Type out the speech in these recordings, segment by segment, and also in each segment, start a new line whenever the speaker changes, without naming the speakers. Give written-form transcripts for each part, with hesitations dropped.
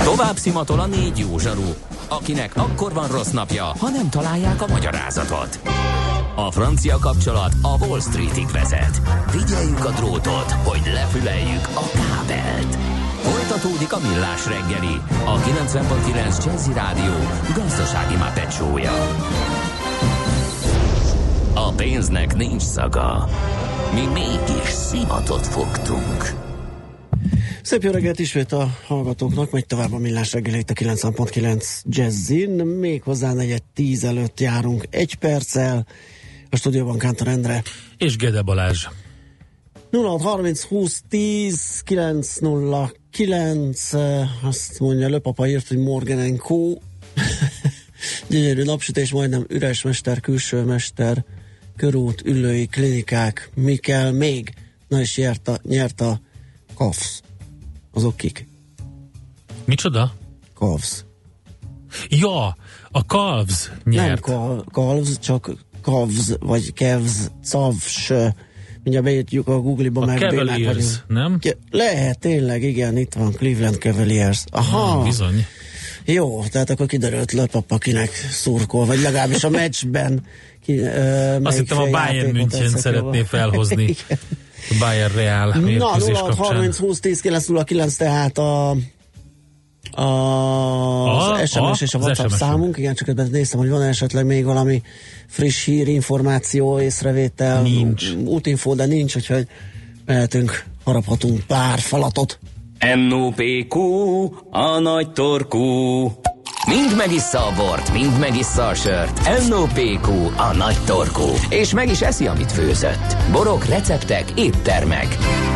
Tovább szimatol a 4 jó zsaru, akinek akkor van rossz napja, ha nem találják a magyarázatot. A francia kapcsolat a Wall Streetig vezet. Figyeljük a drótot, hogy lefüleljük a kábelt. Folytatódik a Millás reggeli, a 90.9 Jazzy Rádió gazdasági mápecsója. A pénznek nincs szaga. Mi mégis szimatot fogtunk.
Szép jó reggelt ismét a hallgatóknak, megy tovább a Millás reggeli itt a 90.9 Jazzin, még hozzá 9:10 előtt járunk 1 perccel, a stúdióban Kántor Endre
és Gede Balázs.
0630 20 10 909, azt mondja, Löpapa írt, hogy Morgan & Co. Gyönyörű napsütés, majdnem üres mester, külső mester, körút, ülői klinikák, mi kell még? Na és nyert a Cavs. Azok kik?
Micsoda?
Cavs.
Ja, a Cavs nyert.
Nem Cavs, csak Cavs, vagy Cavs, Cavs. Mindjárt beírtjuk a Google-ba,
a
meg
Cavaliers, nem?
Lehet, tényleg, igen, itt van Cleveland Cavaliers. Aha.
Bizony.
Jó, tehát akkor kiderült Löpapa kinek szurkol, vagy legalábbis a meccsben.
Azt hittem a Bayern München szeretné felhozni. A Bayern Real mérkőzés kapcsán. 30 20 10 909, tehát az SMS és a WhatsApp számunk. Igen, csak ebben néztem, hogy van esetleg még valami friss hír, információ, észrevétel, nincs.
Útinfó, de nincs, úgyhogy mehetünk, haraphatunk pár falatot.
NOPQ, a nagy torkú. Mind megissza a bort, mind megissza a sört. NOPQ, a nagy torkú. És meg is eszi, amit főzött. Borok, receptek, éttermek.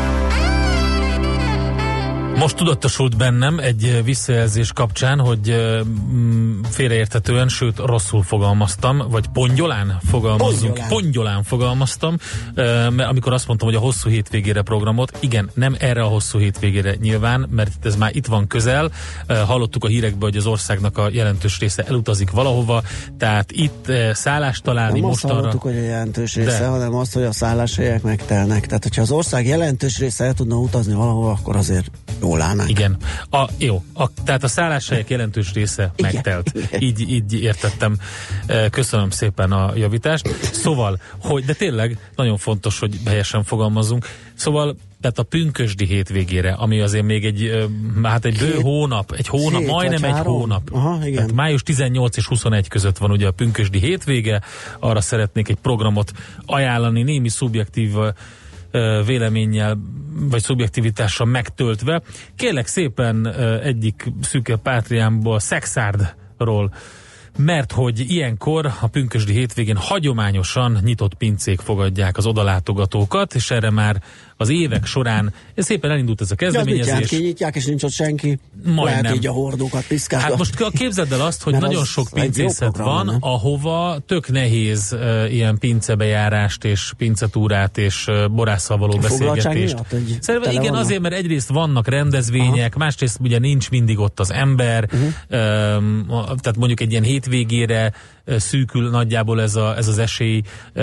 Most tudatosult bennem egy visszajelzés kapcsán, hogy félreérthetően, sőt rosszul fogalmaztam, vagy pongyolán fogalmaztam, amikor azt mondtam, hogy a hosszú hétvégére programot, igen, nem erre a hosszú hétvégére nyilván, mert ez már itt van közel, hallottuk a hírekből, hogy az országnak a jelentős része elutazik valahova, tehát itt szállást találni
nem
mostanra.
Nem azt hallottuk, hogy a jelentős része, hanem azt, hogy a szálláshelyek megtelnek, tehát hogyha az ország jelentős része el tudna utazni valahova, akkor azért jól állnánk.
Igen. Tehát a szálláshelyek jelentős része megtelt. Így értettem. Köszönöm szépen a javítást. Szóval, de tényleg nagyon fontos, hogy helyesen fogalmazzunk. Szóval, tehát a pünkösdi hétvégére, ami azért még egy bő hónap, majdnem egy hónap.
Aha, igen.
Tehát május 18 és 21 között van ugye a pünkösdi hétvége. Arra szeretnék egy programot ajánlani, némi szubjektív véleménnyel vagy szubjektivitással megtöltve. Kérlek szépen egyik szűke pátriámból, Szexárdról, mert hogy ilyenkor a pünkösdi hétvégén hagyományosan nyitott pincék fogadják az odalátogatókat, és erre már az évek során szépen elindult ez a kezdeményezés.
Kinyitják, és nincs ott senki.
Majdnem.
Lehet így a hordókat piszkálgatni.
Hát most képzeld el azt, hogy nagyon sok pincészet van, ahova tök nehéz ilyen pincebejárást és pincetúrát és borásszal való beszélgetést. Szerintem igen, azért, mert egyrészt vannak rendezvények, másrészt ugye nincs mindig ott az ember, tehát mondjuk egy ilyen hétvégére szűkül nagyjából ez az esély.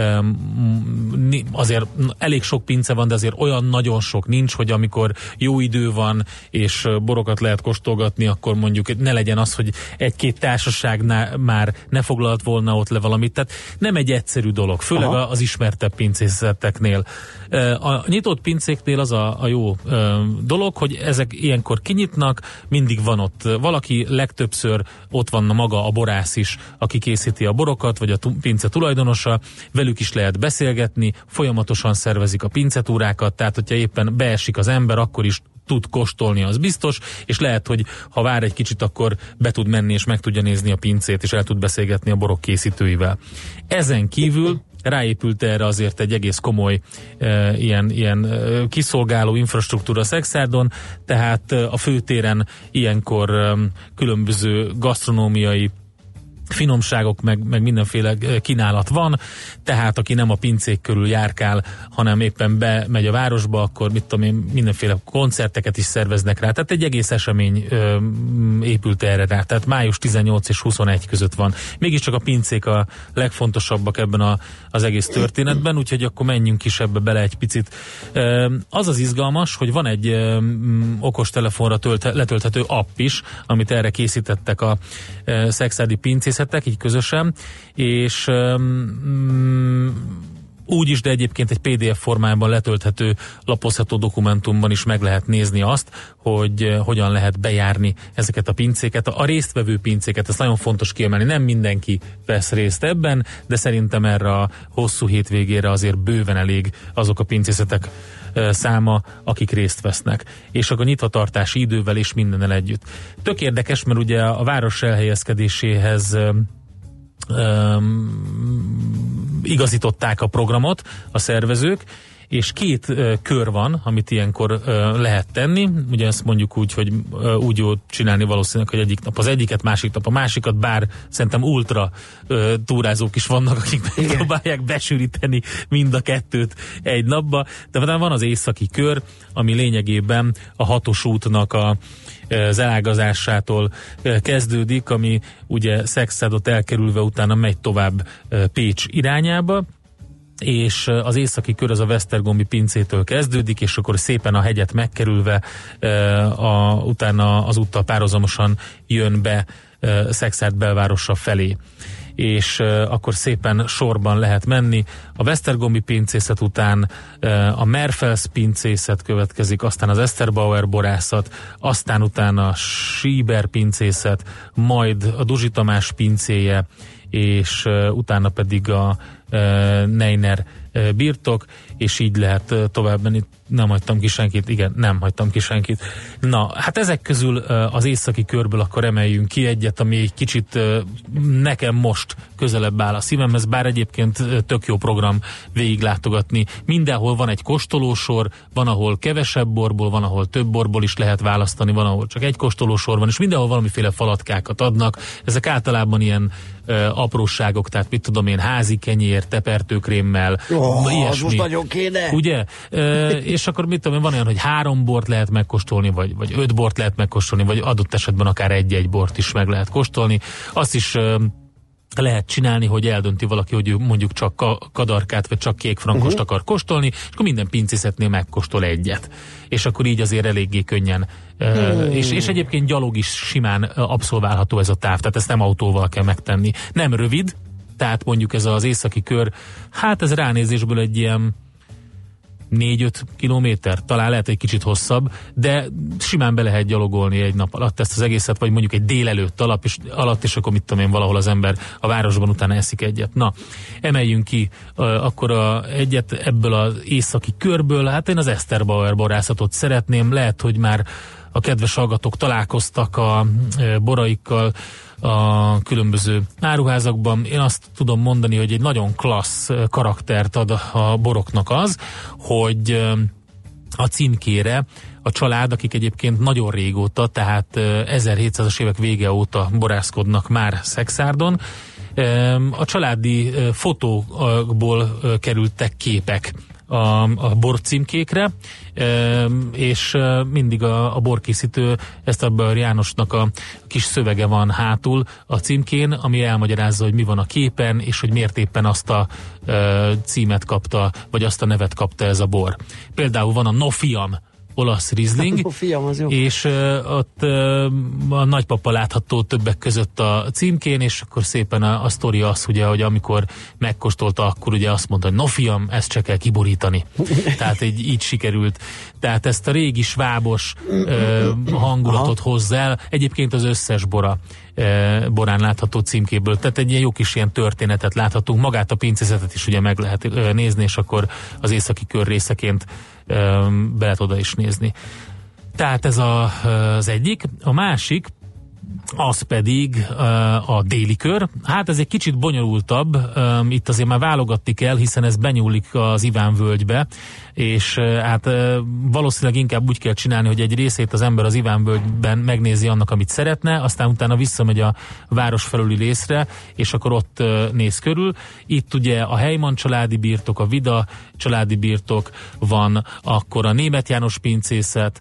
Azért elég sok pince van, de azért olyan nagyon sok nincs, hogy amikor jó idő van, és borokat lehet kóstolgatni, akkor mondjuk ne legyen az, hogy egy-két társaságnál már ne foglalt volna ott le valamit. Tehát nem egy egyszerű dolog, főleg az ismertebb pincészeteknél. A nyitott pincéknél az a jó dolog, hogy ezek ilyenkor kinyitnak, mindig van ott valaki, legtöbbször ott van maga a borász is, aki készíti a borokat, vagy a pince tulajdonosa, velük is lehet beszélgetni, folyamatosan szervezik a pincetúrákat, tehát hogyha éppen beesik az ember, akkor is tud kóstolni, az biztos, és lehet, hogy ha vár egy kicsit, akkor be tud menni, és meg tudja nézni a pincét, és el tud beszélgetni a borok készítőivel. Ezen kívül ráépült erre azért egy egész komoly ilyen kiszolgáló infrastruktúra Szexárdon, tehát a főtéren ilyenkor különböző gasztronómiai finomságok, meg mindenféle kínálat van, tehát aki nem a pincék körül járkál, hanem éppen bemegy a városba, akkor mit tudom én, mindenféle koncerteket is szerveznek rá. Tehát egy egész esemény épült erre rá. Tehát május 18 és 21 között van. Mégiscsak a pincék a legfontosabbak ebben az egész történetben, úgyhogy akkor menjünk is ebbe bele egy picit. Az az izgalmas, hogy van egy okostelefonra letölthető app is, amit erre készítettek a szexárdi pincészetek, így közösen, és úgy is, de egyébként egy PDF formájában letölthető, lapozható dokumentumban is meg lehet nézni azt, hogy hogyan lehet bejárni ezeket a pincéket. A résztvevő pincéket, ez nagyon fontos kiemelni, nem mindenki vesz részt ebben, de szerintem erre a hosszú hétvégére azért bőven elég azok a pincészetek száma, akik részt vesznek. És akkor nyitvatartási idővel és mindennel együtt. Tök érdekes, mert ugye a város elhelyezkedéséhez igazították a programot a szervezők, és 2 kör van, amit ilyenkor lehet tenni. Ugye ezt mondjuk úgy, hogy úgy jó csinálni valószínűleg, hogy egyik nap az egyiket, másik nap a másikat, bár szerintem ultra túrázók is vannak, akik megpróbálják besűríteni mind a 2 egy napba. De van az északi kör, ami lényegében a 6-os útnak az elágazásától kezdődik, ami ugye Szekszádot elkerülve utána megy tovább Pécs irányába, és az északi kör az a Vesztergomi pincétől kezdődik, és akkor szépen a hegyet megkerülve utána az úttal párhuzamosan jön be Szekszárd belvárosa felé. És akkor szépen sorban lehet menni. A Vesztergomi pincészet után a Merfels pincészet következik, aztán az Eszterbauer borászat, aztán utána a Schieber pincészet, majd a Duzsi Tamás pincéje, és utána pedig a Neiner birtok, és így lehet tovább menni. Nem hagytam ki senkit, igen, nem hagytam ki senkit. Na, hát ezek közül az északi körből akkor emeljünk ki egyet, ami egy kicsit nekem most közelebb áll a szívemhez, bár egyébként tök jó program végiglátogatni. Mindenhol van egy kóstolósor, van, ahol kevesebb borból, van, ahol több borból is lehet választani, van, ahol csak egy kóstolósor van, és mindenhol valamiféle falatkákat adnak. Ezek általában ilyen apróságok, tehát mit tudom én, házi kenyér, tepertőkrémmel, ilyesmi.
Az most nagyon kéne.
Ugye? És akkor mit tudom én, van olyan, hogy 3 bort lehet megkóstolni, vagy 5 bort lehet megkóstolni, vagy adott esetben akár 1-1 bort is meg lehet kóstolni. Azt is lehet csinálni, hogy eldönti valaki, hogy ő mondjuk csak kadarkát, vagy csak kékfrankost akar kóstolni, és akkor minden pincészetnél megkóstol egyet. És akkor így azért eléggé könnyen, és egyébként gyalog is simán abszolválható ez a táv, tehát ezt nem autóval kell megtenni. Nem rövid, tehát mondjuk ez az északi kör, hát ez ránézésből egy ilyen 4-5 kilométer, talán lehet egy kicsit hosszabb, de simán be lehet gyalogolni egy nap alatt ezt az egészet, vagy mondjuk egy délelőtt alatt, és akkor mit tudom én, valahol az ember a városban utána eszik egyet. Na, emeljünk ki akkor egyet ebből az északi körből, hát én az Eszterbauer borászatot szeretném, lehet, hogy már a kedves hallgatók találkoztak a boraikkal a különböző áruházakban. Én azt tudom mondani, hogy egy nagyon klassz karaktert ad a boroknak az, hogy a címkére a család, akik egyébként nagyon régóta, tehát 1700-as évek vége óta borászkodnak már Szekszárdon, a családi fotókból kerültek képek a borcímkékre, és mindig a borkészítő Eszterbauer Jánosnak a kis szövege van hátul a címkén, ami elmagyarázza, hogy mi van a képen, és hogy miért éppen azt a címet kapta, vagy azt a nevet kapta ez a bor. Például van a Nofiam olasz Riesling, és ott a nagypapa látható többek között a címkén, és akkor szépen a sztori az, ugye, hogy amikor megkóstolta, akkor ugye azt mondta, hogy no fiam, ezt csak kell kiborítani. Tehát így sikerült. Tehát ezt a régi svábos hangulatot hozza el. Egyébként az összes borán látható címkéből. Tehát egy ilyen jó kis ilyen történetet láthatunk. Magát a pincészetet is ugye meg lehet nézni, és akkor az északi kör részeként be lehet oda is nézni. Tehát ez az egyik. A másik, az pedig a déli kör. Hát ez egy kicsit bonyolultabb, itt azért már válogatni kell, hiszen ez benyúlik az Ivánvölgybe, és hát valószínűleg inkább úgy kell csinálni, hogy egy részét az ember az Ivánvölgyben megnézi annak, amit szeretne, aztán utána visszamegy a város felüli részre, és akkor ott néz körül. Itt ugye a Heyman családi birtok, a Vida családi birtok van, akkor a Németh János pincészet,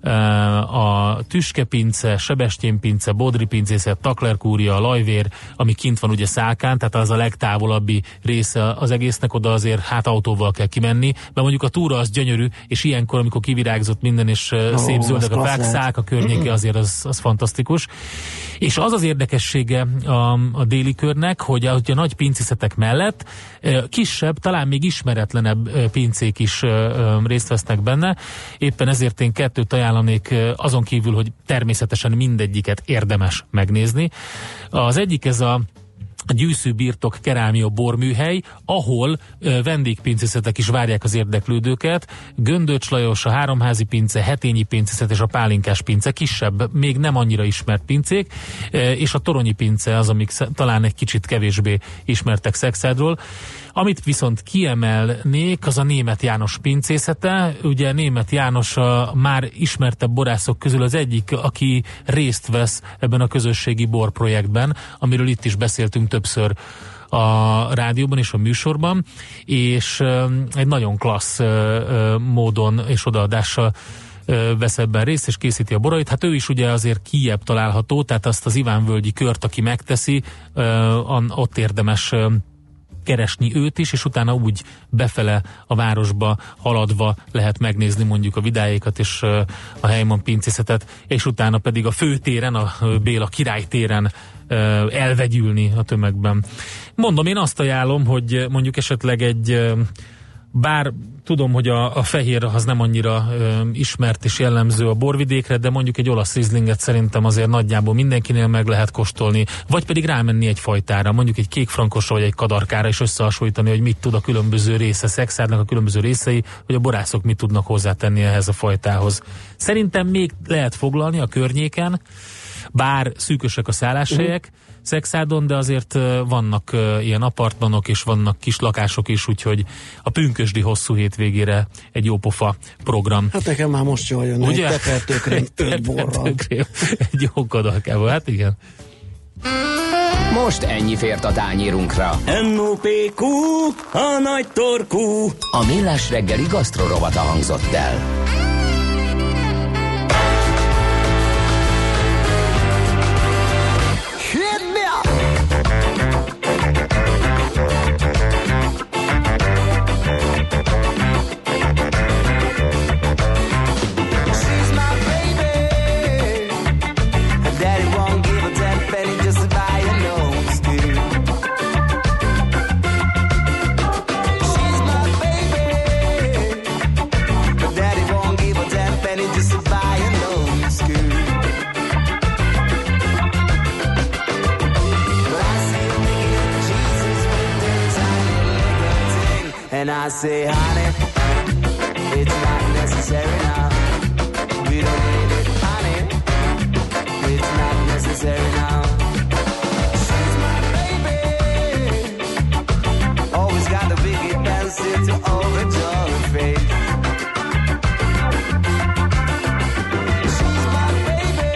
a Tüske pince, Sebestyén pince, Bodri pincészet, Takler kúria, a Lajvér, ami kint van ugye Szálkán, tehát az a legtávolabbi része az egésznek, oda azért hát autóval kell kimenni, mert mondjuk a túra az gyönyörű, és ilyenkor, amikor kivirágzott minden, és szép zöldek a fák, Szálka környéke azért az fantasztikus. És az az érdekessége a déli körnek, hogy a nagy pincészetek mellett kisebb, talán még ismeretlenebb pincék is részt vesznek benne. Éppen ezért én kettőt ajánlanék, azon kívül, hogy természetesen mindegyiket érdemes megnézni. Az egyik ez a Gyűszű birtok kerámia borműhely, ahol vendégpincészetek is várják az érdeklődőket. Göndöcs Lajos, a Háromházi pince, Hetényi pincészet és a Pálinkás pince, kisebb, még nem annyira ismert pincék, és a Toronyi pince az, amik talán egy kicsit kevésbé ismertek Szekszádról. Amit viszont kiemelnék, az a Németh János pincészete. Ugye Németh János a már ismertebb borászok közül az egyik, aki részt vesz ebben a közösségi borprojektben, amiről itt is beszéltünk többször a rádióban és a műsorban, és egy nagyon klassz módon és odaadással vesz ebben részt, és készíti a borait. Hát ő is ugye azért kijebb található, tehát azt az ivánvölgyi kört, aki megteszi, ott érdemes keresni őt is, és utána úgy befele a városba haladva lehet megnézni mondjuk a Vidáékat és a Heyman pincészetet, és utána pedig a főtéren, a Béla királytéren elvegyülni a tömegben. Mondom, én azt ajánlom, hogy mondjuk esetleg bár tudom, hogy a fehér az nem annyira ismert és jellemző a borvidékre, de mondjuk egy olasz rizlinget szerintem azért nagyjából mindenkinél meg lehet kóstolni, vagy pedig rámenni egy fajtára, mondjuk egy kékfrankosra vagy egy kadarkára, és összehasonlítani, hogy mit tud a különböző része, Szekszádnak a különböző részei, hogy a borászok mit tudnak hozzátenni ehhez a fajtához. Szerintem még lehet foglalni a környéken, bár szűkösek a szálláshelyek Szekszádon, de azért vannak ilyen apartmanok, és vannak kis lakások is, úgyhogy a pünkösdi hosszú hétvégére egy jópofa program. Hát
nekem már most jól jön, egy tepertőkrém 5 borral.
Egy jó kadarkával, hát igen.
Most ennyi fért a tányérunkra.
NOPQ, a nagy torkú.
A Millás reggeli gasztrorovata hangzott el.
And I say, honey, it's not necessary now. We don't need it, honey. It's not necessary now. She's my baby. Always got the big pencil to overdraw her face. She's my baby.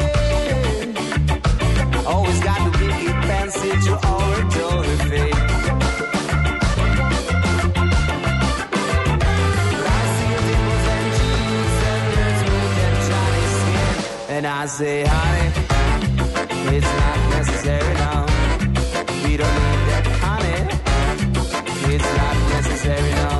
Always got the big pencil to overdraw her face. And I say, honey, it's not necessary now. We don't need that, honey. It's not necessary now.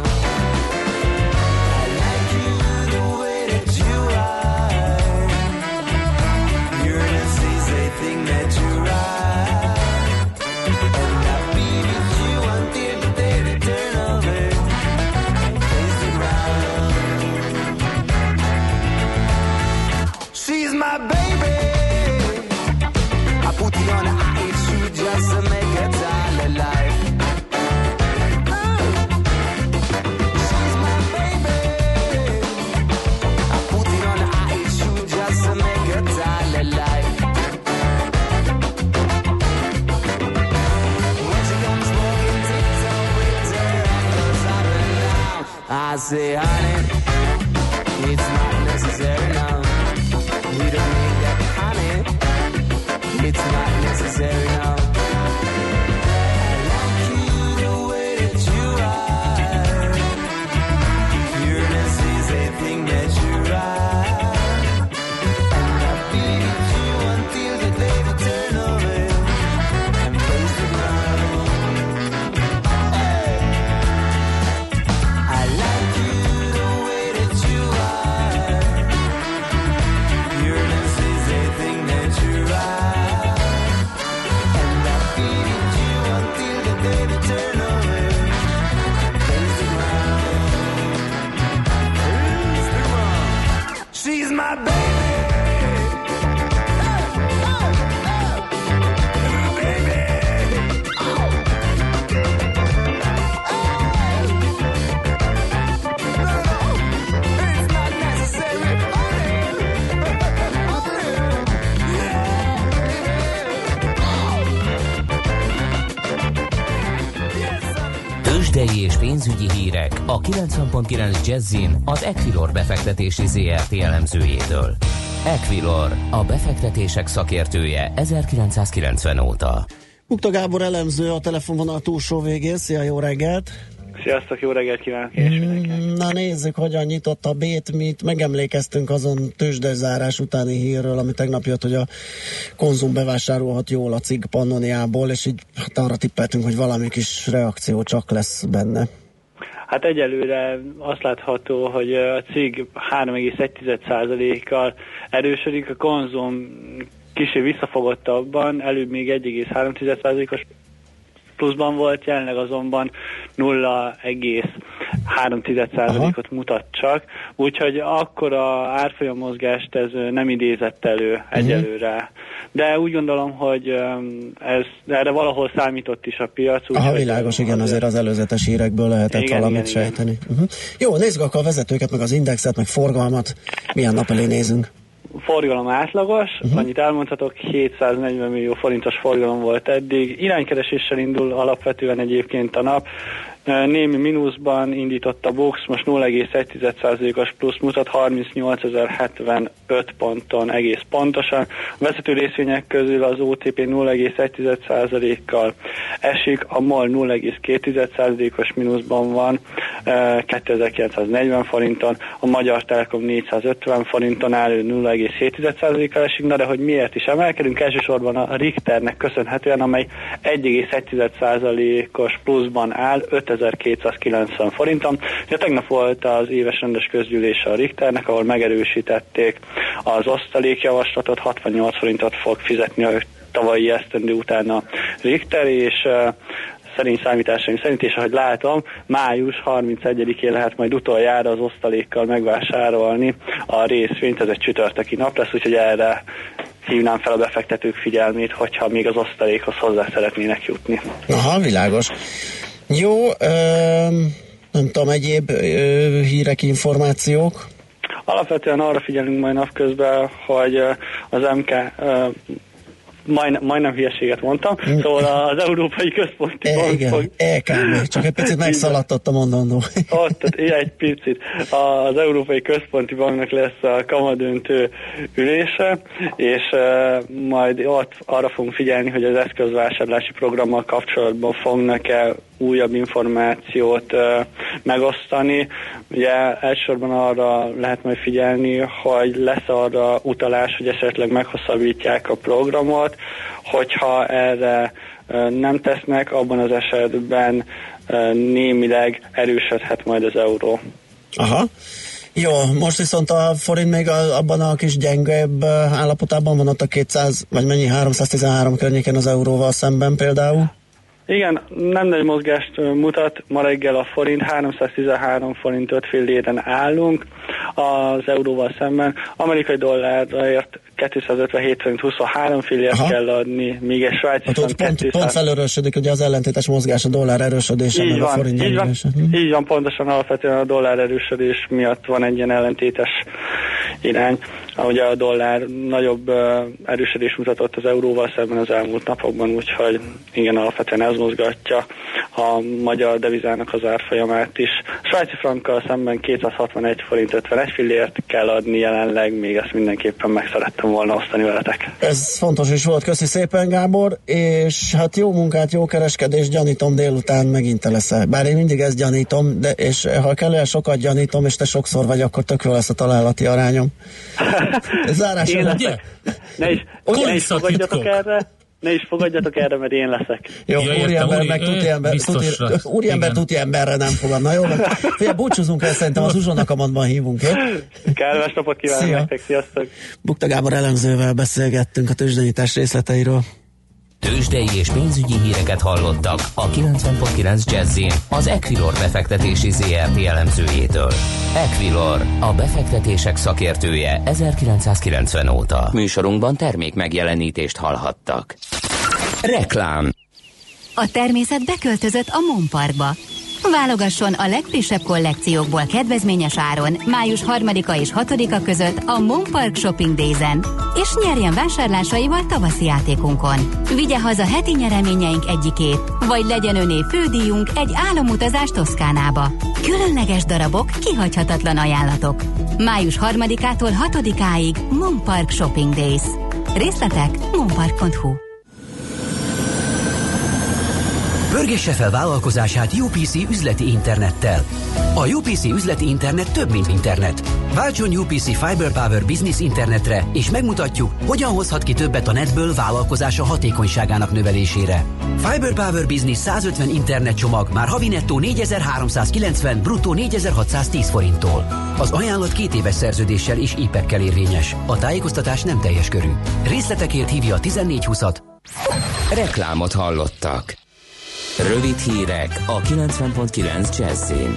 I like you the way that you are. You're the easy thing that you are. And I'll be with you until the day they turn over. Face the ground. She's my baby. say, honey, it's not necessary now. We don't need that, honey. It's not necessary now. I like you the way that you are. Pureness is a thing that you are. And I beat you until the day we turn away and face the ground. Hey. I like you the way that you are. Pureness is a thing that you are. And I beat you until the day we turn away and face the ground. Face the ground. She's my baby.
Tőzsdei és pénzügyi hírek a 90.9 Jazzin az Equilor befektetési ZRT elemzőjétől. Equilor, a befektetések szakértője 1990 óta.
Bukta Gábor elemző a telefonvonal túlsó végén. Szia, jó reggelt!
Sziasztok, jó reggelt kívánok én is mindenkinek.
Na nézzük, hogyan nyitott a bét. Mi megemlékeztünk azon tőzsdezárás utáni hírről, ami tegnap jött, hogy a Konzum bevásárolhat jól a cig Pannoniából, és így hát arra tippeltünk, hogy valami kis reakció csak lesz benne.
Hát egyelőre azt látható, hogy a cig 3,1%-kal erősödik, a Konzum kicsit visszafogottabban, előbb még 1,3%-os pluszban volt, jelenleg azonban 0,3%-ot mutat csak, úgyhogy akkora árfolyam mozgást ez nem idézett elő egyelőre. De úgy gondolom, hogy erre valahol számított is a piac.
Aha, világos, igen, azért az előzetes hírekből lehetett valamit sejteni. Jó, nézzük akkor a vezetőket, meg az indexet, meg forgalmat. Milyen nap elé nézünk?
Forgalom átlagos, annyit elmondhatok, 740 millió forintos forgalom volt eddig. Iránykereséssel indul alapvetően egyébként a nap. Némi mínuszban indított a Bux, most 0,1%-os plusz mutat, 38.075 ponton egész pontosan. A vezető részvények közül az OTP 0,1%-kal esik, a MOL 0,2%-os mínuszban van, 2940 forinton, a Magyar Telekom 450 forinton áll, 0,7%-kal esik, na de hogy miért is emelkedünk? Elsősorban a Richternek köszönhetően, amely 1,1%-os pluszban áll, 5290 forinton. Ja, tegnap volt az éves rendes közgyűlése a Richternek, ahol megerősítették az osztalékjavaslatot, 68 forintot fog fizetni a tavalyi esztendő után a Richter, és szerint számításaim szerint, és ahogy látom, május 31-én lehet majd utoljára az osztalékkal megvásárolni a részvényt, ez egy csütörtöki nap lesz, úgyhogy erre hívnám fel a befektetők figyelmét, hogyha még az osztalékhoz hozzá szeretnének jutni.
Aha, világos. Jó, nem tudom, egyéb hírek, információk?
Alapvetően arra figyelünk majd napközben, hogy az MK majdnem hülyeséget mondtam, szóval az Európai Központi Bank fog...
EKB, csak egy picit megszaladtott a mondandó.
Ott, egy picit. Az Európai Központi Banknak lesz a kamadöntő ülése, és majd ott arra fogunk figyelni, hogy az eszközvásárlási programmal kapcsolatban fognak-e újabb információt megosztani. Ugye elsősorban arra lehet majd figyelni, hogy lesz arra utalás, hogy esetleg meghosszabbítják a programot, hogyha erre nem tesznek, abban az esetben némileg erősödhet majd az euró.
Aha. Jó, most viszont a forint még abban a kis gyengebb állapotában van, ott a 200, vagy mennyi, 313 környéken az euróval szemben például?
Igen, nem nagy mozgást mutat, ma reggel a forint 313 forint 5 filléren állunk az euróval szemben. Amerikai dollárért 257 forint 23 fillért kell adni, míg egy svájci
pont felerősödik, ugye az ellentétes mozgás, a dollár erősödése, meg a forint gyengülése.
Így van, pontosan alapvetően a dollár erősödés miatt van egy ilyen ellentétes irány. Ugye a dollár nagyobb erősödés mutatott az euróval szemben az elmúlt napokban, úgyhogy igen, alapvetően ez mozgatja a magyar devizának az árfolyamát is. A svájci frankkal szemben 261 forint 51 fillért kell adni jelenleg, még ezt mindenképpen meg szerettem volna osztani veletek.
Ez fontos is volt, köszi szépen, Gábor, és hát jó munkát, jó kereskedés, gyanítom délután megint te leszel. Bár én mindig ezt gyanítom, de és ha kell sokat gyanítom, és te sokszor vagy, akkor tök jó lesz a találati arányom. Zárásra.
Ne is fogadjatok erre. Ne is fogadjatok erre, mert én leszek.
Jó, úriember meg úriember tuti emberre nem fogad. Na jó, figyelj, búcsúzunk el, szerintem az Uzsonnakamatban hívunk, jó?
Kellemes napot kívánok nektek, sziasztok!
Bukta Gábor elemzővel beszélgettünk a tőzsdenyítás részleteiről.
Tőzsdei és pénzügyi híreket hallottak a 90.9 Jazz-in az Equilor befektetési ZRT elemzőjétől. Equilor, a befektetések szakértője 1990 óta. Műsorunkban termék megjelenítést hallhattak. Reklám.
A természet beköltözött a Mon Parkba. Válogasson a legfrissebb kollekciókból kedvezményes áron május 3-a és 6-a között a Mon Park Shopping Days-en, és nyerjen vásárlásaival tavaszi játékunkon. Vigye haza heti nyereményeink egyikét, vagy legyen öné fődíjunk egy álomutazás Toszkánába. Különleges darabok, kihagyhatatlan ajánlatok. Május 3-ától 6-áig Mon Park Shopping Days. Részletek monpark.hu.
Pörgesse fel vállalkozását UPC üzleti internettel. A UPC üzleti internet több, mint internet. Váltson UPC Fiber Power Business internetre, és megmutatjuk, hogyan hozhat ki többet a netből vállalkozása hatékonyságának növelésére. Fiber Power Business 150 internet csomag már havi nettó 4390, bruttó 4610 forinttól. Az ajánlat 2 éves szerződéssel és IPEC-kel érvényes. A tájékoztatás nem teljes körű. Részletekért hívja a 1420-at.
Reklámot hallottak. Rövid hírek a 90.9 Jazz-in.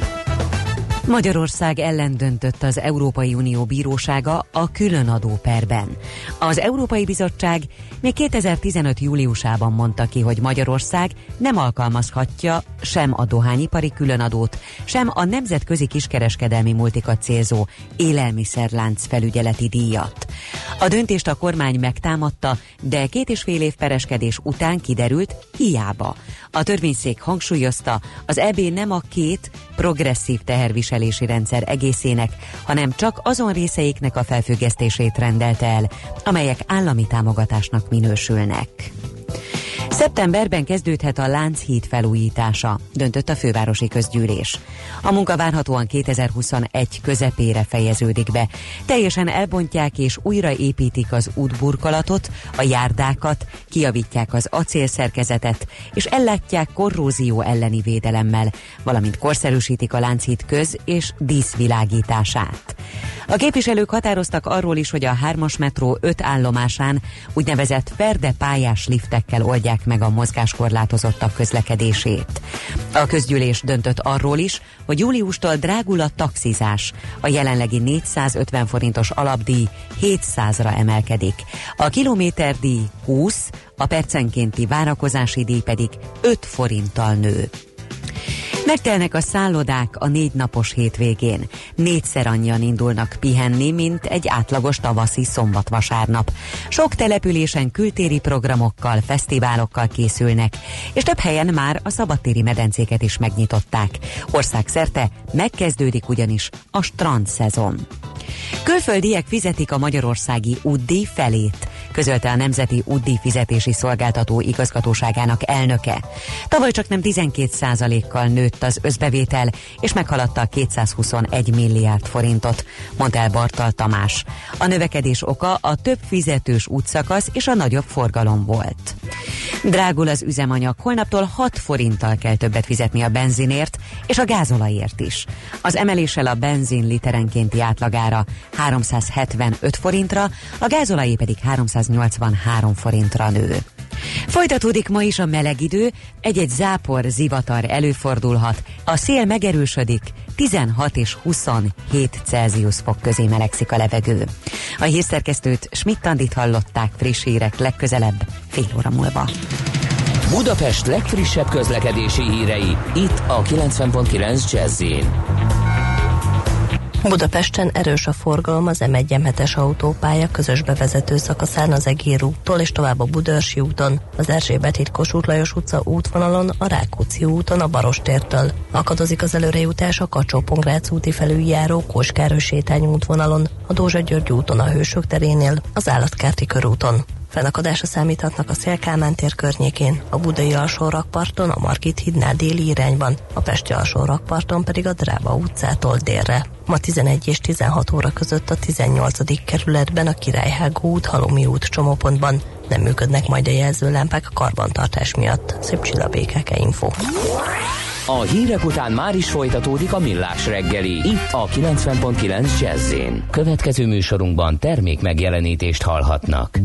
Magyarország ellen döntött az Európai Unió bírósága a különadó perben. Az Európai Bizottság még 2015. júliusában mondta ki, hogy Magyarország nem alkalmazhatja sem a dohányipari különadót, sem a nemzetközi kiskereskedelmi multikat célzó élelmiszerlánc felügyeleti díjat. A döntést a kormány megtámadta, de 2,5 év pereskedés után kiderült, hiába. A törvényszék hangsúlyozta, az EB nem a 2 progresszív teherviselési rendszer egészének, hanem csak azon részeiknek a felfüggesztését rendelte el, amelyek állami támogatásnak minősülnek. Szeptemberben kezdődhet a Lánchíd felújítása, döntött a fővárosi közgyűlés. A munka várhatóan 2021 közepére fejeződik be. Teljesen elbontják és újraépítik az útburkolatot, a járdákat, kijavítják az acélszerkezetet, és ellátják korrózió elleni védelemmel, valamint korszerűsítik a Lánchíd köz- és díszvilágítását. A képviselők határoztak arról is, hogy a 3-as metró 5 állomásán úgynevezett ferde pályás liftekkel oldják meg a mozgáskorlátozottak közlekedését. A közgyűlés döntött arról is, hogy júliustól drágul a taxizás. A jelenlegi 450 forintos alapdíj 700-ra emelkedik. A kilométerdíj 20, a percenkénti várakozási díj pedig 5 forinttal nő. Megtelnek a szállodák a 4 napos hétvégén. 4-szer annyian indulnak pihenni, mint egy átlagos tavaszi szombat-vasárnap. Sok településen kültéri programokkal, fesztiválokkal készülnek, és több helyen már a szabadtéri medencéket is megnyitották. Országszerte megkezdődik ugyanis a strandszezon. Külföldiek fizetik a magyarországi útdíj felét, közölte a Nemzeti Útdíj Fizetési Szolgáltató Igazgatóságának elnöke. Tavaly csaknem 12%-kal nőtt az összbevétel, és meghaladta a 221 milliárd forintot, mondta el Bartal Tamás. A növekedés oka a több fizetős útszakasz és a nagyobb forgalom volt. Drágul az üzemanyag, holnaptól 6 forinttal kell többet fizetni a benzinért és a gázolajért is. Az emeléssel a benzin literenkénti átlagára 375 forintra, a gázolajé pedig 383 forintra nő. Folytatódik ma is a meleg idő, egy-egy zápor, zivatar előfordulhat, a szél megerősödik, 16 és 27 Celsius fok közé melegszik a levegő. A hírszerkesztőt Schmidt-Andit hallották, friss hírek legközelebb fél óra múlva.
Budapest legfrissebb közlekedési hírei, itt a 90.9 Jazz-in.
Budapesten erős a forgalom az M1-M7-es autópálya közös bevezető szakaszán az Egér úttól és tovább a Budaörsi úton, az Erzsébet híd Kossuth Lajos utca útvonalon, a Rákóczi úton a Barostértől. Akadozik az előrejutás a Kacsó-Pongrác úti felüljáró Kóskároly sétány útvonalon, a Dózsa György úton a Hősök terénél, az Állatkerti körúton. Fennakadásra számíthatnak a Széll-Kálmán tér környékén, a Budai alsórakparton, a Margit hídnál déli irányban, a Pesti alsórakparton pedig a Dráva utcától délre. Ma 11 és 16 óra között a 18. kerületben a Királyhágó út, Halomi út csomópontban nem működnek majd a jelzőlámpák a karbantartás miatt. Szép Csilla, BKK Info.
A hírek után már is folytatódik a Millás reggeli, itt a 90.9 Jazz-én. Következő műsorunkban termék megjelenítést hallhatnak.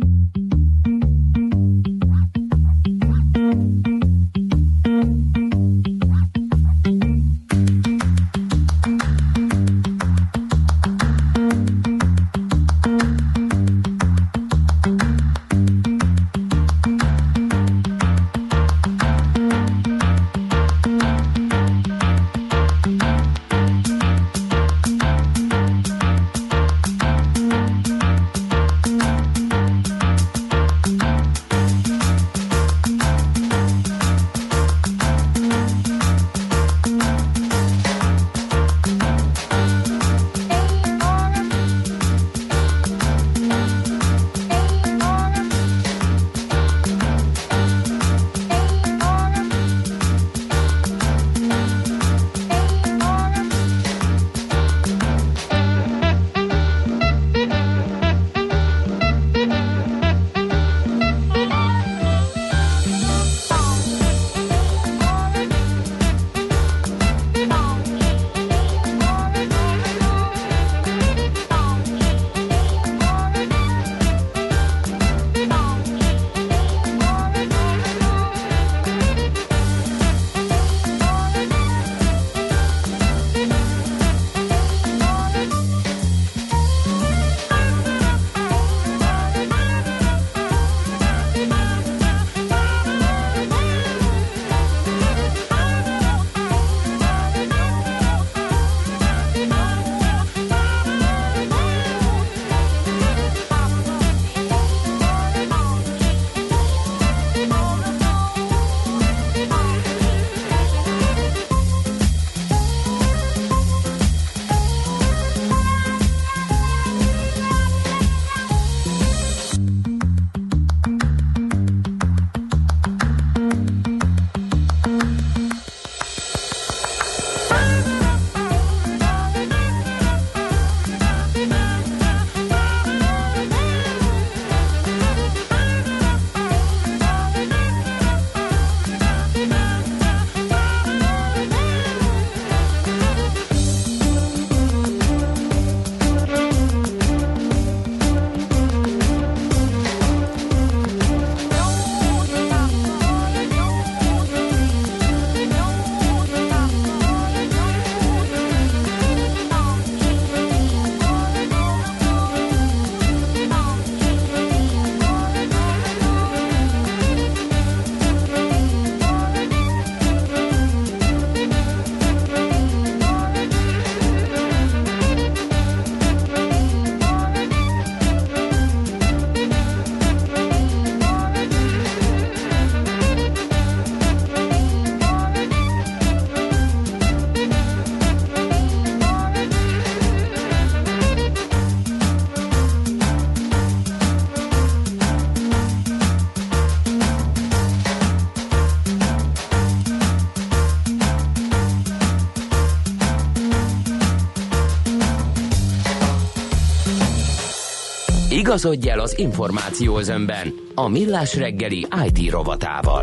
Igazodj el az információ özönben a Millás reggeli IT rovatával.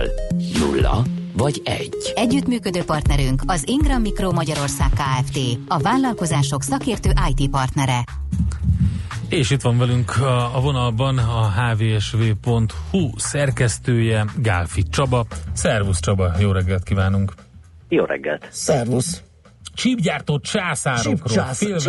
0 vagy 1.
Együttműködő partnerünk az Ingram Micro Magyarország Kft. A vállalkozások szakértő IT partnere.
És itt van velünk a vonalban a hvsv.hu szerkesztője, Gálfi Csaba. Szervusz Csaba, jó reggelt kívánunk!
Jó reggelt!
Szervusz!
Csípgyártó császárokról,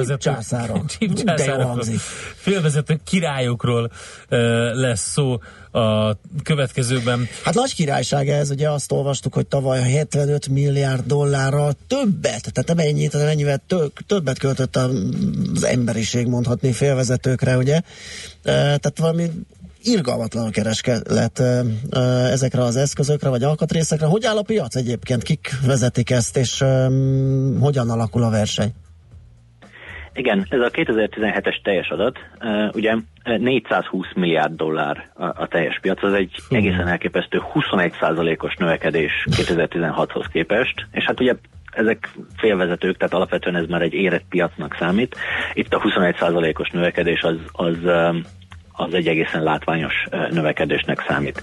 félvezető királyokról lesz szó a következőben.
Hát nagy királyság ez, ugye azt olvastuk, hogy tavaly 75 milliárd dollárral többet, tehát nem ennyit, hanem ennyivel többet költött az emberiség, mondhatni, félvezetőkre, ugye? Tehát valami irgalmatlan a kereskedet ezekre az eszközökre, vagy alkatrészekre. Hogy áll a piac egyébként? Kik vezetik ezt, és hogyan alakul a verseny?
Igen, ez a 2017-es teljes adat, ugye 420 milliárd dollár a teljes piac, az egy egészen elképesztő 21%-os növekedés 2016-hoz képest, és hát ugye ezek félvezetők, tehát alapvetően ez már egy érett piacnak számít. Itt a 21%-os növekedés az egy egészen látványos növekedésnek számít.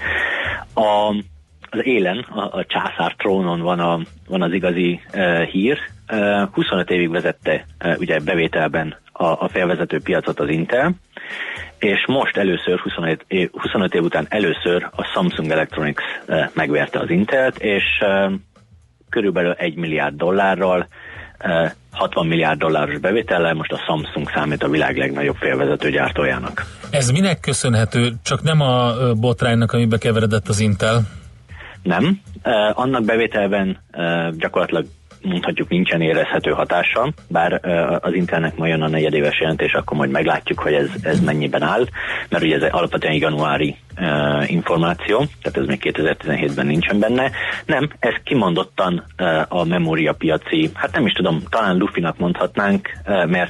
Az élen, a császár trónon van az igazi hír. 25 évig vezette ugye bevételben a félvezető piacot az Intel, és most először, 25 év után először a Samsung Electronics megverte az Intelt, és körülbelül 1 milliárd dollárral, 60 milliárd dolláros bevétellel most a Samsung számít a világ legnagyobb félvezető gyártójának.
Ez minek köszönhető? Csak nem a botránynak, amibe keveredett az Intel?
Nem. Annak bevételben gyakorlatilag mondhatjuk nincsen érezhető hatása, bár az Intelnek ma jön a negyedéves jelentés, akkor majd meglátjuk, hogy ez mennyiben áll, mert ugye ez alapvetően januári információ, tehát ez még 2017-ben nincsen benne. Nem, ez kimondottan a memóriapiaci, hát nem is tudom, talán lufinak mondhatnánk, mert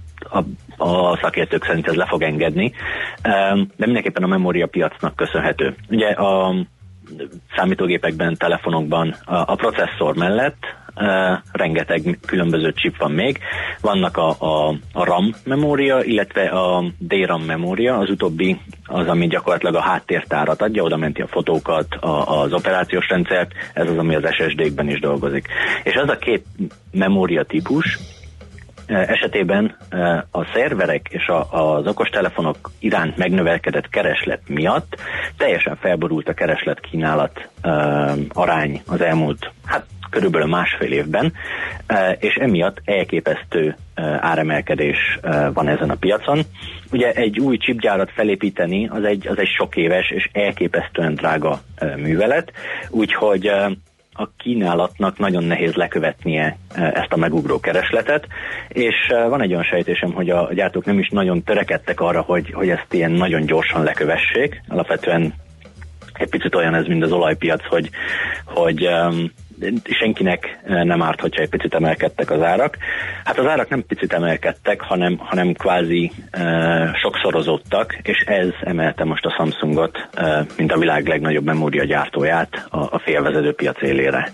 a szakértők szerint ez le fog engedni, de mindenképpen a memóriapiacnak köszönhető. Ugye a számítógépekben, telefonokban a processzor mellett rengeteg különböző chip van még. Vannak a RAM memória, illetve a DRAM memória, az utóbbi az, ami gyakorlatilag a háttértárat adja, oda menti a fotókat, az operációs rendszert, ez az, ami az SSD-kben is dolgozik. És ez a két memória típus esetében a szerverek és az okostelefonok iránt megnövelkedett kereslet miatt teljesen felborult a kereslet-kínálat arány az elmúlt, körülbelül másfél évben, és emiatt elképesztő áremelkedés van ezen a piacon. Ugye egy új chipgyárat felépíteni az egy sok éves és elképesztően drága művelet, úgyhogy a kínálatnak nagyon nehéz lekövetnie ezt a megugró keresletet, és van egy olyan sejtésem, hogy a gyártók nem is nagyon törekedtek arra, hogy ezt ilyen nagyon gyorsan lekövessék. Alapvetően egy picit olyan ez, mint az olajpiac, hogy senkinek nem árt, hogyha egy picit emelkedtek az árak. Hát az árak nem picit emelkedtek, hanem kvázi sokszorozódtak, és ez emelte most a Samsungot, mint a világ legnagyobb memóriagyártóját a félvezető piac élére.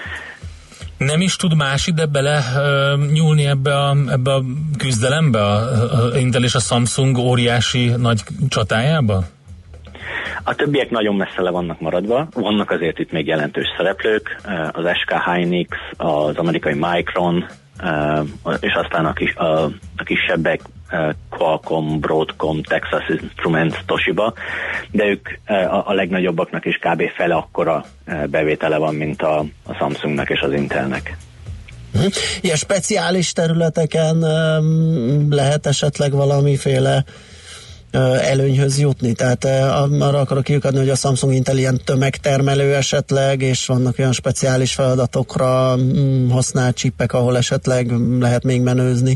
Nem is tud más ide bele nyúlni ebbe a küzdelembe, a Intel és a Samsung óriási nagy csatájába?
A többiek nagyon messze le vannak maradva, vannak azért itt még jelentős szereplők, az SK Hynix, az amerikai Micron, és aztán a kisebbek, Qualcomm, Broadcom, Texas Instruments, Toshiba, de ők a legnagyobbaknak is kb. Fele akkora bevétele van, mint a Samsungnak és az Intelnek.
Ilyen speciális területeken lehet esetleg valamiféle előnyhöz jutni, tehát arra akarok kiukadni, hogy a Samsung Intel ilyen tömegtermelő esetleg, és vannak olyan speciális feladatokra használt csipek, ahol esetleg lehet még menőzni.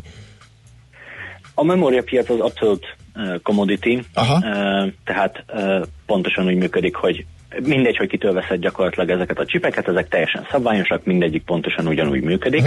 A memóriapiac az abszolút commodity, tehát pontosan úgy működik, hogy mindegy, hogy kitől veszed gyakorlatilag ezeket a csipeket, ezek teljesen szabványosak, mindegyik pontosan ugyanúgy működik.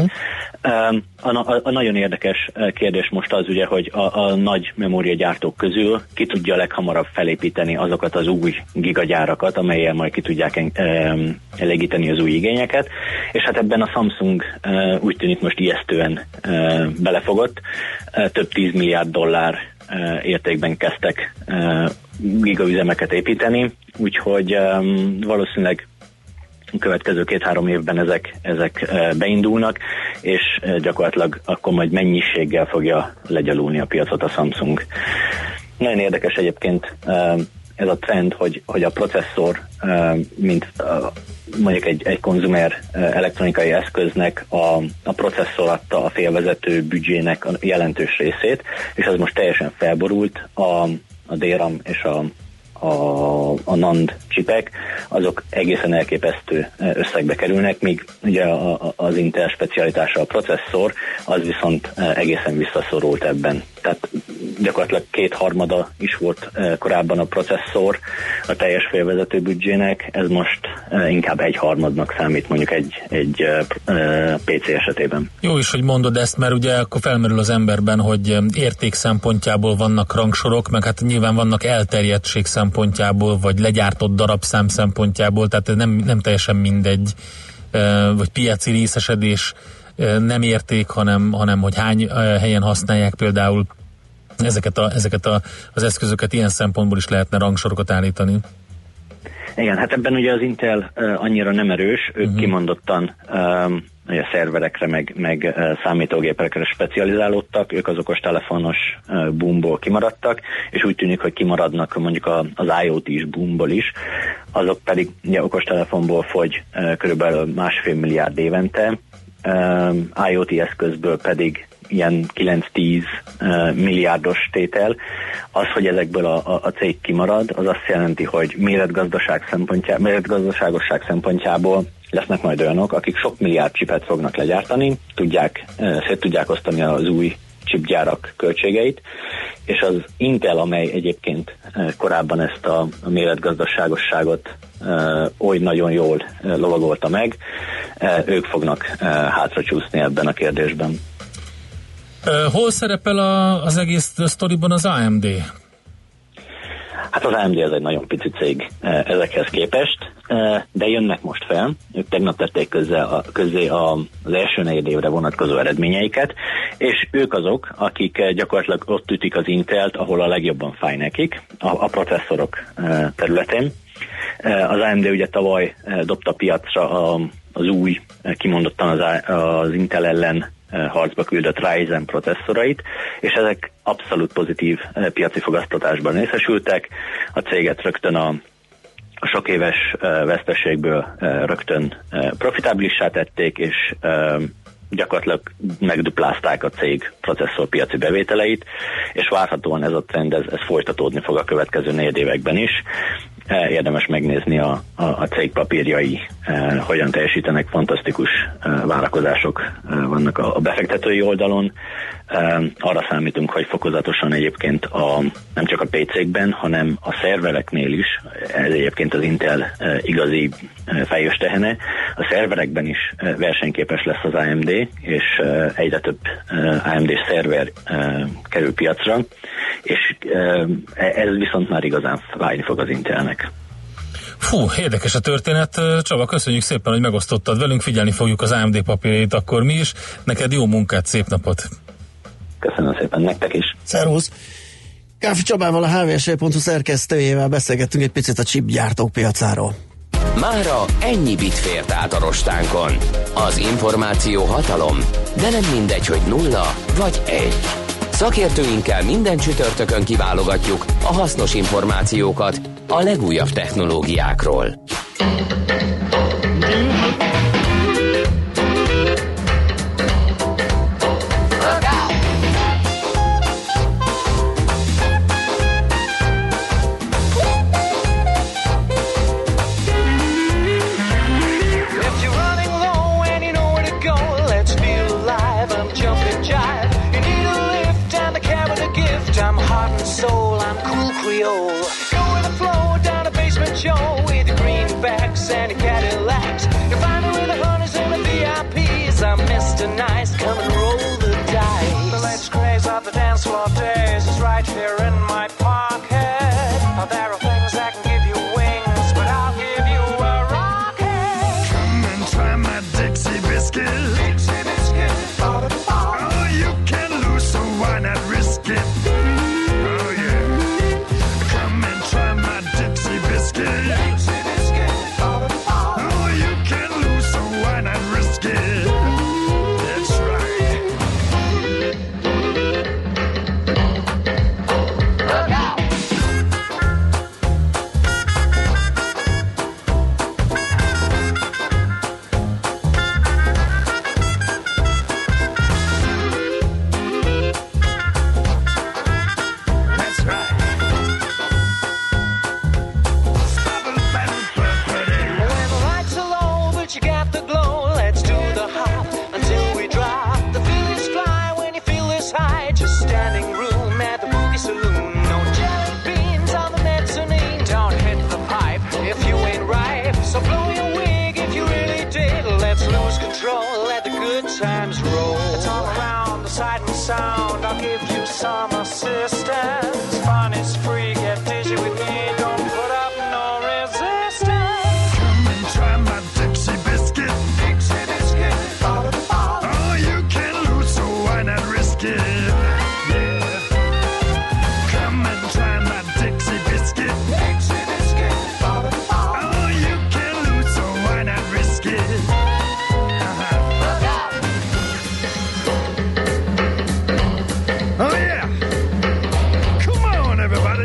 A nagyon érdekes kérdés most az ugye, hogy a nagy memóriagyártók közül ki tudja leghamarabb felépíteni azokat az új gigagyárakat, amellyel majd ki tudják elégíteni az új igényeket, és hát ebben a Samsung úgy tűnik most ijesztően belefogott, több 10 milliárd dollár értékben kezdtek gigaüzemeket építeni, úgyhogy valószínűleg a következő 2-3 évben ezek beindulnak, és gyakorlatilag akkor majd mennyiséggel fogja legyalulni a piacot a Samsung. Nagyon érdekes egyébként, ez a trend, hogy a processzor, mint mondjuk egy konzumer elektronikai eszköznek a processzor adta a félvezető büdzsének a jelentős részét, és az most teljesen felborult, a DRAM és a NAND csipek, azok egészen elképesztő összegbe kerülnek, míg ugye az Intel specialitása a processzor, az viszont egészen visszaszorult ebben. Tehát gyakorlatilag 2/3 is volt korábban a processzor a teljes félvezető büdzsének, ez most inkább 1/3 számít mondjuk egy PC esetében.
Jó is, hogy mondod ezt, mert ugye akkor felmerül az emberben, hogy érték szempontjából vannak rangsorok, meg hát nyilván vannak elterjedtség szempontjából, vagy legyártott darabszám szempontjából, tehát nem teljesen mindegy, vagy piaci részesedés nem érték, hanem hogy hány helyen használják például ezeket az eszközöket, ilyen szempontból is lehetne rangsorokat állítani.
Igen, hát ebben ugye az Intel annyira nem erős, ők kimondottan a szerverekre meg számítógépekre specializálódtak, ők az okostelefonos boomból kimaradtak, és úgy tűnik, hogy kimaradnak mondjuk az IoT-s boomból is, azok pedig ugye okostelefonból fogy körülbelül 1,5 milliárd évente, IoT eszközből pedig ilyen 9-10 milliárdos tétel. Az, hogy ezekből a cég kimarad, az azt jelenti, hogy méretgazdaságosság szempontjából lesznek majd olyanok, akik sok milliárd csipet fognak legyártani, szét tudják osztani az új chipgyárak költségeit, és az Intel, amely egyébként korábban ezt a méretgazdaságosságot oly nagyon jól lovagolta meg, ők fognak hátra csúszni ebben a kérdésben.
Hol szerepel az egész sztoriban az AMD?
Hát az AMD az egy nagyon pici cég ezekhez képest, de jönnek most fel. Ők tegnap tették közzé az első negyedévre vonatkozó eredményeiket, és ők azok, akik gyakorlatilag ott ütik az Intelt, ahol a legjobban fáj nekik, a processzorok területén. Az AMD ugye tavaly dobta piacra az új, kimondottan az Intel ellen harcba küldött Ryzen processzorait, és ezek abszolút pozitív piaci fogasztatásban részesültek. A céget rögtön a sok éves veszteségből rögtön profitabilissá tették, és gyakorlatilag megduplázták a cég processzorpiaci bevételeit, és várhatóan ez a trend ez folytatódni fog a következő negyedévekben is. Érdemes megnézni a cég papírjai, hogyan teljesítenek, fantasztikus várakozások vannak a befektetői oldalon. Arra számítunk, hogy fokozatosan egyébként nem csak a PC-kben, hanem a szervereknél is, ez egyébként az Intel igazi fejős tehene, a szerverekben is versenyképes lesz az AMD, és egyre több AMD szerver kerül piacra, és ez viszont már igazán fájni fog az Intelnek.
Fú, érdekes a történet. Csaba, köszönjük szépen, hogy megosztottad velünk, figyelni fogjuk az AMD papírjait akkor mi is. Neked jó munkát, szép napot!
Köszönöm szépen, nektek is!
Szervusz! Káfi Csabával, a hvsv.hu szerkesztőjével beszélgettünk egy picit a chipgyártók piacáról.
Mára ennyi bit fért át a rostánkon. Az információ hatalom, de nem mindegy, hogy 0 vagy 1. Szakértőinkkel minden csütörtökön kiválogatjuk a hasznos információkat a legújabb technológiákról.
Soul, I'm cool Creole. Go with the flow down the basement show with the greenbacks and the Cadillacs. You find me with the hunters and the VIPs. I'm Mr. Nice, come and roll the dice. The latest craze of the dance floor days is right here in my pocket. Now there are things that can give you wings, but I'll give you a rocket.
Come and try my Dixie biscuit.
Dixie biscuit.
Oh, you can lose, so why not risk it?
Oh,
you can lose, so why not risk it? That's right.
So blow your wig if you really did. Let's lose control, let the good times roll. It's all around the sight and sound. I'll give you some assistance. Fun is free, get dizzy with me. Don't put up no resistance.
Come and try my Dixie biscuit.
Dixie biscuit, ba-da-ba.
Oh, you can lose, so why not risk it? Yeah. Come and try my Dixie biscuit.
Dixie biscuit, ba-da-ba.
Oh, you can lose, so why not risk it? Oh yeah! Come on, everybody!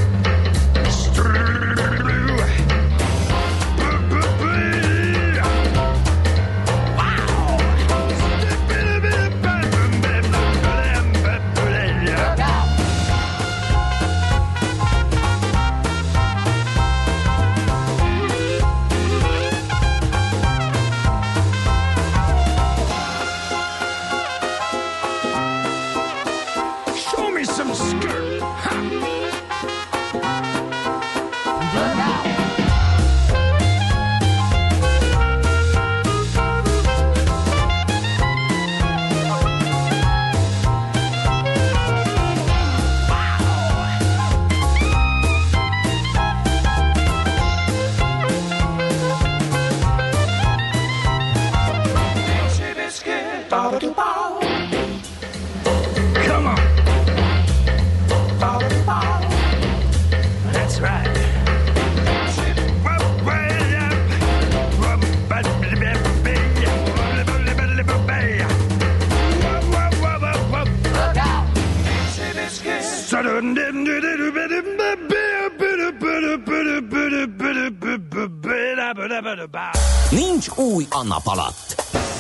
Show me some skirt! Ha!
Dixie biscuit, ba-da-ba.
Come on!
Ba-da-ba.
That's right.
Dixie biscuit.
Nincs új a nap alatt.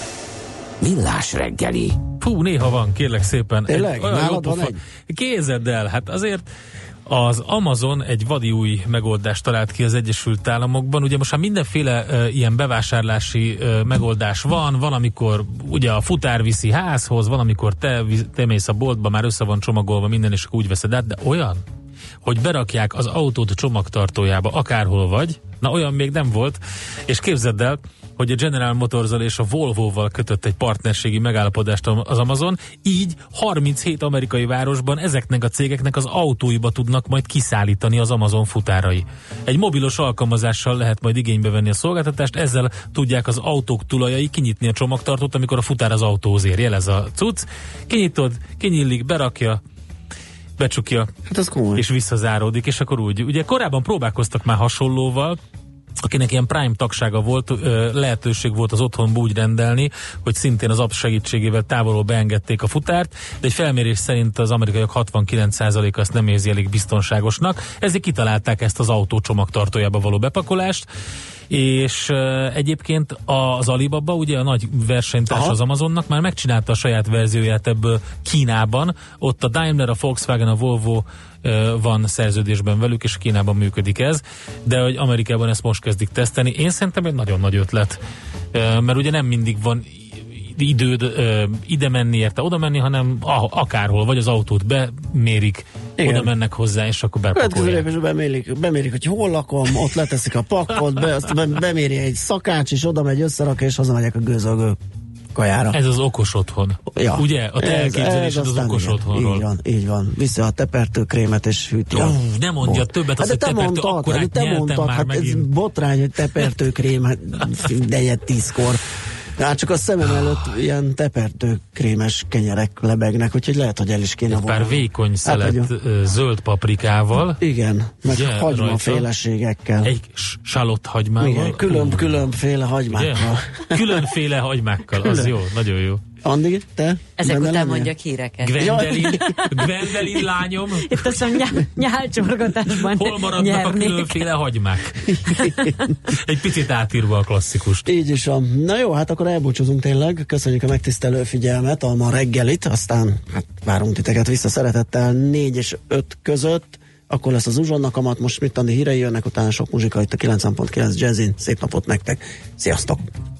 Millás reggeli.
Fú, néha van, kérlek szépen.
Tényleg?
Olyan jó
Nálad van
pofa. Képzeld el, hát azért az Amazon egy vadi új megoldást talált ki az Egyesült Államokban. Ugye most már mindenféle ilyen bevásárlási megoldás van, amikor ugye a futár viszi házhoz, van, amikor te mész a boltba, már össze van csomagolva minden, és úgy veszed át, de olyan, hogy berakják az autót a csomagtartójába, akárhol vagy, na olyan még nem volt, és képzeld el, hogy a General Motors-zal és a Volvo-val kötött egy partnerségi megállapodást az Amazon, így 37 amerikai városban ezeknek a cégeknek az autóiba tudnak majd kiszállítani az Amazon futárai. Egy mobilos alkalmazással lehet majd igénybe venni a szolgáltatást, ezzel tudják az autók tulajai kinyitni a csomagtartót, amikor a futár az autóhoz ér. Jelez a cucc, kinyitod, kinyílik, berakja, becsukja,
Hát az komoly.
és visszazáródik, és akkor úgy. Ugye korábban próbálkoztak már hasonlóval, akinek ilyen Prime tagsága volt, lehetőség volt az otthonba úgy rendelni, hogy szintén az app segítségével távolról beengedték a futárt, de egy felmérés szerint az amerikaiak 69%-a ezt nem érzi elég biztonságosnak, ezért kitalálták ezt az autó csomagtartójába való bepakolást, és egyébként az Alibaba, ugye a nagy versenytárs az Amazonnak már megcsinálta a saját verzióját ebből Kínában, ott a Daimler, a Volkswagen, a Volvo van szerződésben velük, és Kínában működik ez, de hogy Amerikában ezt most kezdik teszteni. Én szerintem egy nagyon nagy ötlet, mert ugye nem mindig van időd ide menni érte, oda menni, hanem akárhol, vagy az autót bemérik, oda mennek hozzá, és akkor bepakolják.
Bemérik, hogy hol lakom, ott leteszik a pakkot, azt beméri egy szakács, és oda megy, összerakja, és hazamegyek a gőzölgő kajára.
Ez az okos otthon. Ja. Ugye? A te elképzelésed az okos
igen,
otthonról.
Így van. Vissza a tepertőkrémet és hűti.
Ne mondja többet, azt, hogy tepertő, akkorát nyeltem már megint.
Ez botrány, hogy tepertőkrém, hát negyed 10-kor. Hát csak a szemem előtt ilyen tepertőkrémes kenyerek lebegnek, úgyhogy lehet, hogy el is kéne volna.
Pár vékony szelet zöld paprikával.
Igen, meg hagymaféleségekkel.
Egy salott hagymával.
Igen, különféle hagymákkal.
Különféle hagymákkal, az jó, nagyon jó.
Andi, te?
Ezek után mondjak híreket.
Gwendelin lányom.
Itt azt mondja, nyálcsorgatásban
hol maradnak a különféle hagymák? Egy picit átírva a klasszikust.
Így is van. Na jó, hát akkor elbúcsúzunk tényleg. Köszönjük a megtisztelő figyelmet, a ma reggelit, aztán hát várunk titeket vissza szeretettel 4 és 5 között. Akkor lesz az uzsonnak amat, most mit Andi hírei jönnek, utána sok muzsika itt a 90.9 Jazzin. Szép napot nektek. Sziasztok!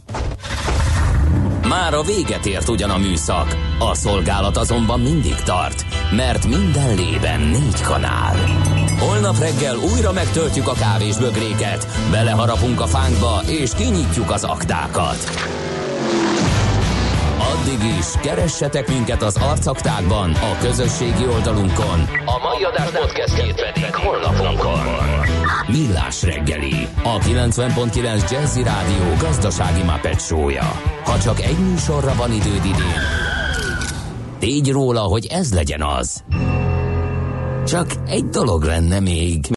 Már a véget ért ugyan a műszak, a szolgálat azonban mindig tart, mert minden lében 4 kanál. Holnap reggel újra megtöltjük a kávésbögréket, beleharapunk a fánkba és kinyitjuk az aktákat. Addig is keressetek minket az arcaktákban, a közösségi oldalunkon. A mai adás podcastjét pedig honlapunkon. Millás reggeli, a 90.9 Jazzy Rádió gazdasági Muppet show-ja. Ha csak egy műsorra van időd idén, tégy róla, hogy ez legyen az. Csak egy dolog lenne még.